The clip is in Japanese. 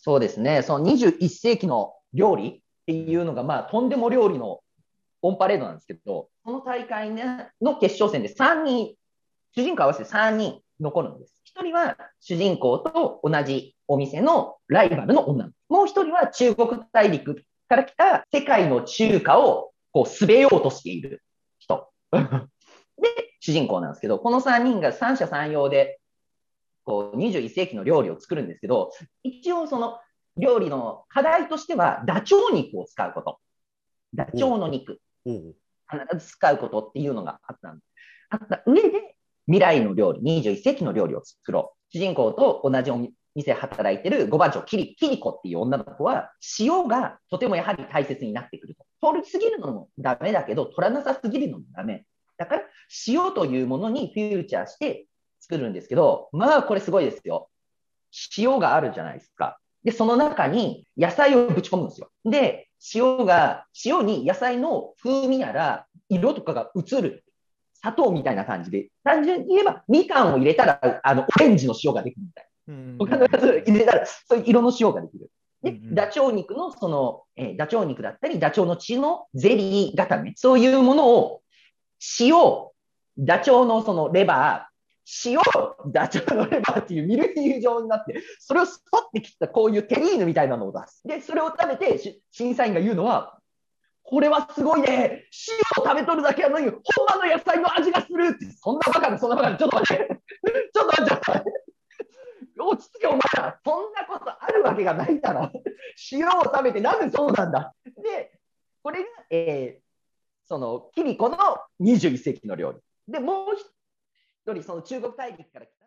そうですね。その21世紀の料理っていうのが、まあ、とんでも料理のオンパレードなんですけど、その大会、ね、の決勝戦で3人、主人公合わせて3人残るんです。1人は主人公と同じお店のライバルの女の子。もう1人は中国大陸から来た世界の中華をこう滑ようとしている人。で、主人公なんですけど、この3人が三者三様でこう21世紀の料理を作るんですけど、一応その料理の課題としてはダチョウ肉を使うこと。ダチおうョウの肉。 おう。 必ず使うことっていうのがあった上で、未来の料理、21世紀の料理を作ろう。主人公と同じお店で働いてる5番長、キリコっていう女の子は、塩がとてもやはり大切になってくると。取りすぎるのもダメだけど、取らなさすぎるのもダメ。だから、塩というものにフューチャーして作るんですけど、まあ、これすごいですよ。塩があるじゃないですか。で、その中に野菜をぶち込むんですよ。で、塩に野菜の風味やら色とかが映る。砂糖みたいな感じで、単純に言えば、みかんを入れたら、オレンジの塩ができるみたいうんうんな。他のやつ入れたら、そういう色の塩ができる。で、 うんうんダチョウ肉のダチョウ肉だったり、ダチョウの血のゼリー固め、そういうものを塩、ダチョウのそのレバー、塩、ダチョウのレバーっていうミルフィーユ状になって、それをスポッて切ったこういうテリーヌみたいなのを出す。で、それを食べて審査員が言うのは、これはすごいね、塩を食べとるだけやのに、本場の野菜の味がするって、そんなバカな、そんなバカな、ちょっと待って、ちょっと待って、落ち着けお前ら、そんなことあるわけがないだろ。塩を食べてなぜそうなんだ。で、これが、そのキリコの21世紀の料理。で、もう一人、その中国大陸から来た